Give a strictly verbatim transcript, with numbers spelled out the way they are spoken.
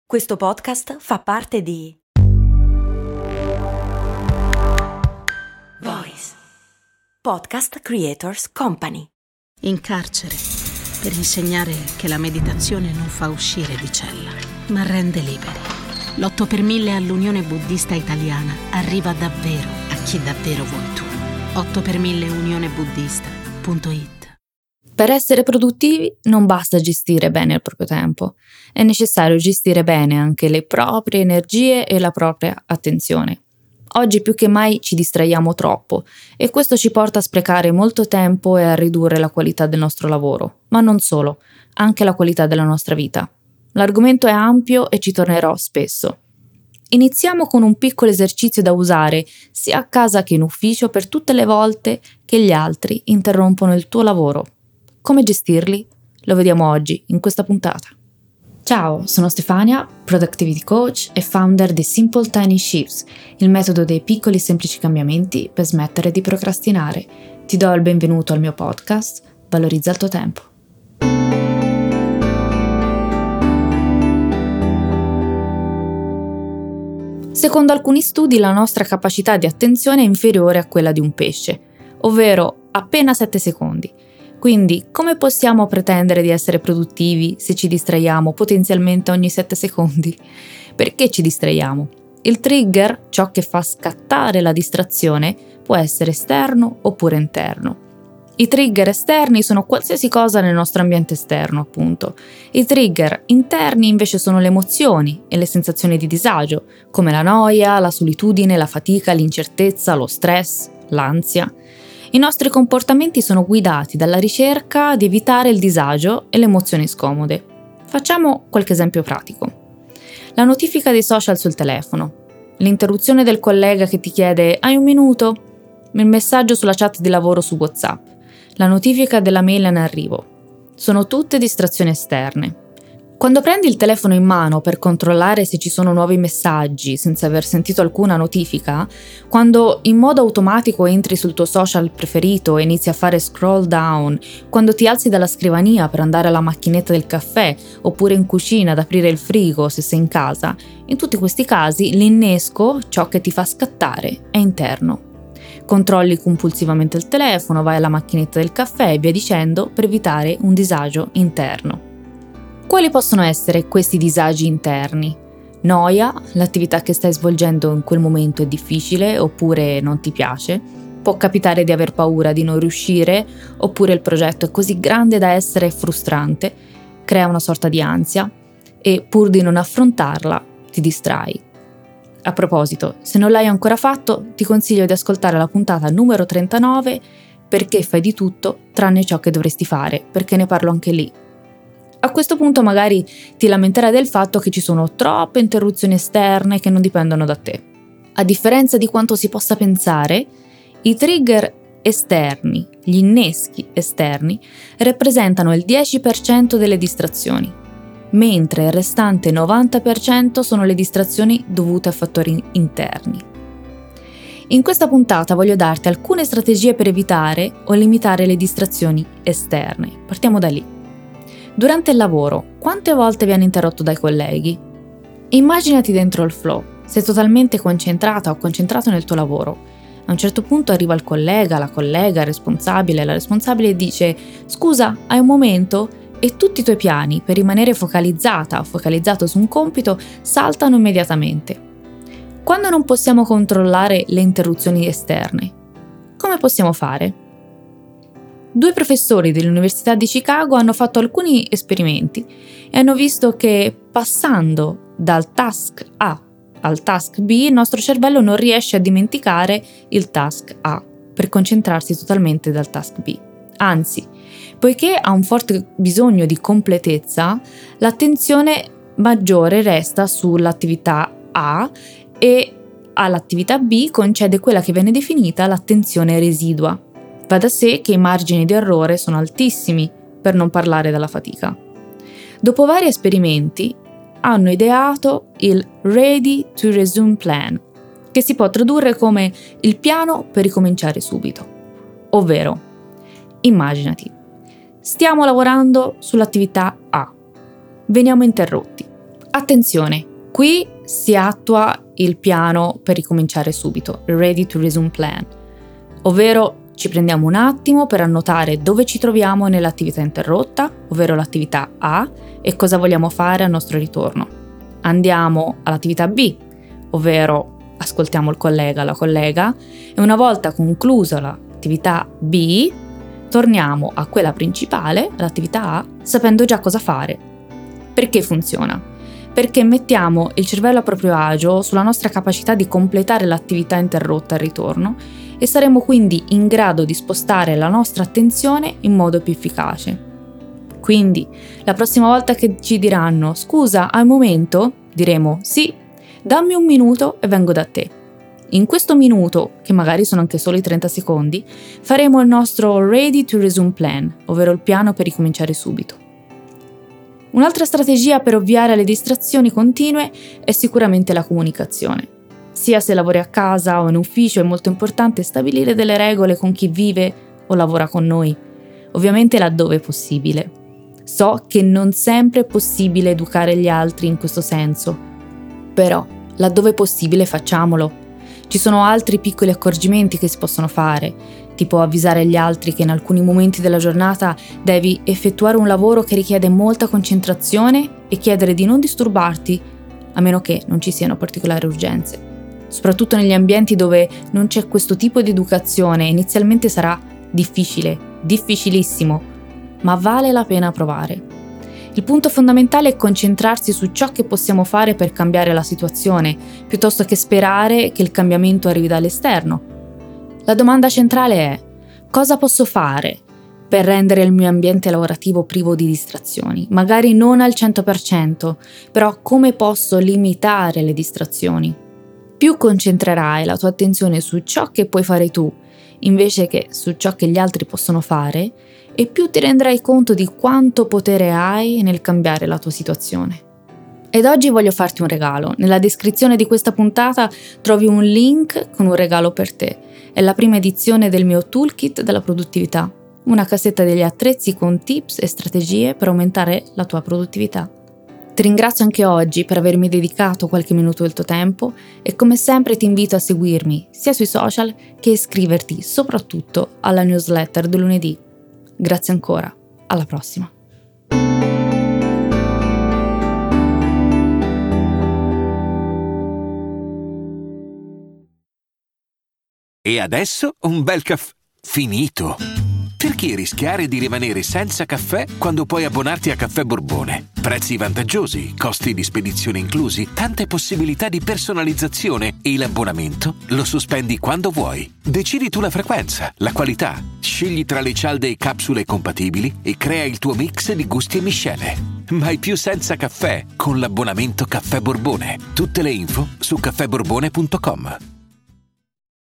Questo podcast fa parte di Voice Podcast Creators Company. In carcere per insegnare che la meditazione non fa uscire di cella, ma rende liberi. L'otto per mille all'Unione Buddista Italiana arriva davvero a chi davvero vuoi tu. otto per mille unione buddista punto it. Per essere produttivi non basta gestire bene il proprio tempo, è necessario gestire bene anche le proprie energie e la propria attenzione. Oggi più che mai ci distraiamo troppo e questo ci porta a sprecare molto tempo e a ridurre la qualità del nostro lavoro, ma non solo, anche la qualità della nostra vita. L'argomento è ampio e ci tornerò spesso. Iniziamo con un piccolo esercizio da usare sia a casa che in ufficio per tutte le volte che gli altri interrompono il tuo lavoro. Come gestirli? Lo vediamo oggi, in questa puntata. Ciao, sono Stefania, Productivity Coach e founder di Simple Tiny Shifts, il metodo dei piccoli e semplici cambiamenti per smettere di procrastinare. Ti do il benvenuto al mio podcast, Valorizza il tuo tempo. Secondo alcuni studi, la nostra capacità di attenzione è inferiore a quella di un pesce, ovvero appena sette secondi. Quindi, come possiamo pretendere di essere produttivi se ci distraiamo potenzialmente ogni sette secondi? Perché ci distraiamo? Il trigger, ciò che fa scattare la distrazione, può essere esterno oppure interno. I trigger esterni sono qualsiasi cosa nel nostro ambiente esterno, appunto. I trigger interni invece sono le emozioni e le sensazioni di disagio, come la noia, la solitudine, la fatica, l'incertezza, lo stress, l'ansia. I nostri comportamenti sono guidati dalla ricerca di evitare il disagio e le emozioni scomode. Facciamo qualche esempio pratico. La notifica dei social sul telefono, l'interruzione del collega che ti chiede «Hai un minuto?», il messaggio sulla chat di lavoro su WhatsApp, la notifica della mail in arrivo. Sono tutte distrazioni esterne. Quando prendi il telefono in mano per controllare se ci sono nuovi messaggi senza aver sentito alcuna notifica, quando in modo automatico entri sul tuo social preferito e inizi a fare scroll down, quando ti alzi dalla scrivania per andare alla macchinetta del caffè oppure in cucina ad aprire il frigo se sei in casa, in tutti questi casi l'innesco, ciò che ti fa scattare, è interno. Controlli compulsivamente il telefono, vai alla macchinetta del caffè e via dicendo per evitare un disagio interno. Quali possono essere questi disagi interni? Noia, l'attività che stai svolgendo in quel momento è difficile oppure non ti piace. Può capitare di aver paura di non riuscire oppure il progetto è così grande da essere frustrante, crea una sorta di ansia e pur di non affrontarla ti distrai. A proposito, se non l'hai ancora fatto, ti consiglio di ascoltare la puntata numero trentanove perché fai di tutto tranne ciò che dovresti fare, perché ne parlo anche lì. A questo punto magari ti lamenterai del fatto che ci sono troppe interruzioni esterne che non dipendono da te. A differenza di quanto si possa pensare, i trigger esterni, gli inneschi esterni, rappresentano il dieci per cento delle distrazioni, mentre il restante novanta per cento sono le distrazioni dovute a fattori interni. In questa puntata voglio darti alcune strategie per evitare o limitare le distrazioni esterne. Partiamo da lì. Durante il lavoro, quante volte vieni interrotto dai colleghi? Immaginati dentro il flow, sei totalmente concentrata o concentrato nel tuo lavoro. A un certo punto arriva il collega, la collega, il responsabile, la responsabile e dice «Scusa, hai un momento?» e tutti i tuoi piani per rimanere focalizzata o focalizzato su un compito saltano immediatamente. Quando non possiamo controllare le interruzioni esterne, come possiamo fare? Due professori dell'Università di Chicago hanno fatto alcuni esperimenti e hanno visto che passando dal task A al task B il nostro cervello non riesce a dimenticare il task A per concentrarsi totalmente dal task B. Anzi, poiché ha un forte bisogno di completezza, l'attenzione maggiore resta sull'attività A e all'attività B concede quella che viene definita l'attenzione residua. Va da sé che i margini di errore sono altissimi, per non parlare della fatica. Dopo vari esperimenti, hanno ideato il Ready to Resume Plan, che si può tradurre come il piano per ricominciare subito. Ovvero, immaginati, stiamo lavorando sull'attività A, veniamo interrotti. Attenzione, qui si attua il piano per ricominciare subito, Ready to Resume Plan, ovvero ci prendiamo un attimo per annotare dove ci troviamo nell'attività interrotta, ovvero l'attività A, e cosa vogliamo fare al nostro ritorno. Andiamo all'attività B, ovvero ascoltiamo il collega, la collega, e una volta conclusa l'attività B, torniamo a quella principale, l'attività A, sapendo già cosa fare. Perché funziona? Perché mettiamo il cervello a proprio agio sulla nostra capacità di completare l'attività interrotta al ritorno e saremo quindi in grado di spostare la nostra attenzione in modo più efficace. Quindi, la prossima volta che ci diranno «Scusa, hai un momento?» diremo «Sì, dammi un minuto e vengo da te». In questo minuto, che magari sono anche solo i trenta secondi, faremo il nostro Ready to Resume Plan, ovvero il piano per ricominciare subito. Un'altra strategia per ovviare alle distrazioni continue è sicuramente la comunicazione. Sia se lavori a casa o in ufficio è molto importante stabilire delle regole con chi vive o lavora con noi, ovviamente laddove è possibile. So che non sempre è possibile educare gli altri in questo senso, però laddove è possibile facciamolo. Ci sono altri piccoli accorgimenti che si possono fare, tipo avvisare gli altri che in alcuni momenti della giornata devi effettuare un lavoro che richiede molta concentrazione e chiedere di non disturbarti, a meno che non ci siano particolari urgenze. Soprattutto negli ambienti dove non c'è questo tipo di educazione, inizialmente sarà difficile, difficilissimo, ma vale la pena provare. Il punto fondamentale è concentrarsi su ciò che possiamo fare per cambiare la situazione, piuttosto che sperare che il cambiamento arrivi dall'esterno. La domanda centrale è: cosa posso fare per rendere il mio ambiente lavorativo privo di distrazioni? Magari non al cento per cento, però come posso limitare le distrazioni? Più concentrerai la tua attenzione su ciò che puoi fare tu, invece che su ciò che gli altri possono fare, e più ti renderai conto di quanto potere hai nel cambiare la tua situazione. Ed oggi voglio farti un regalo. Nella descrizione di questa puntata trovi un link con un regalo per te. È la prima edizione del mio toolkit della produttività, una cassetta degli attrezzi con tips e strategie per aumentare la tua produttività. Ti ringrazio anche oggi per avermi dedicato qualche minuto del tuo tempo e come sempre ti invito a seguirmi sia sui social che iscriverti soprattutto alla newsletter del lunedì. Grazie ancora, alla prossima. E adesso un bel caffè finito. Perché rischiare di rimanere senza caffè quando puoi abbonarti a Caffè Borbone? Prezzi vantaggiosi, costi di spedizione inclusi, tante possibilità di personalizzazione e l'abbonamento lo sospendi quando vuoi. Decidi tu la frequenza, la qualità, scegli tra le cialde e capsule compatibili e crea il tuo mix di gusti e miscele. Mai più senza caffè con l'abbonamento Caffè Borbone. Tutte le info su caffè borbone punto com.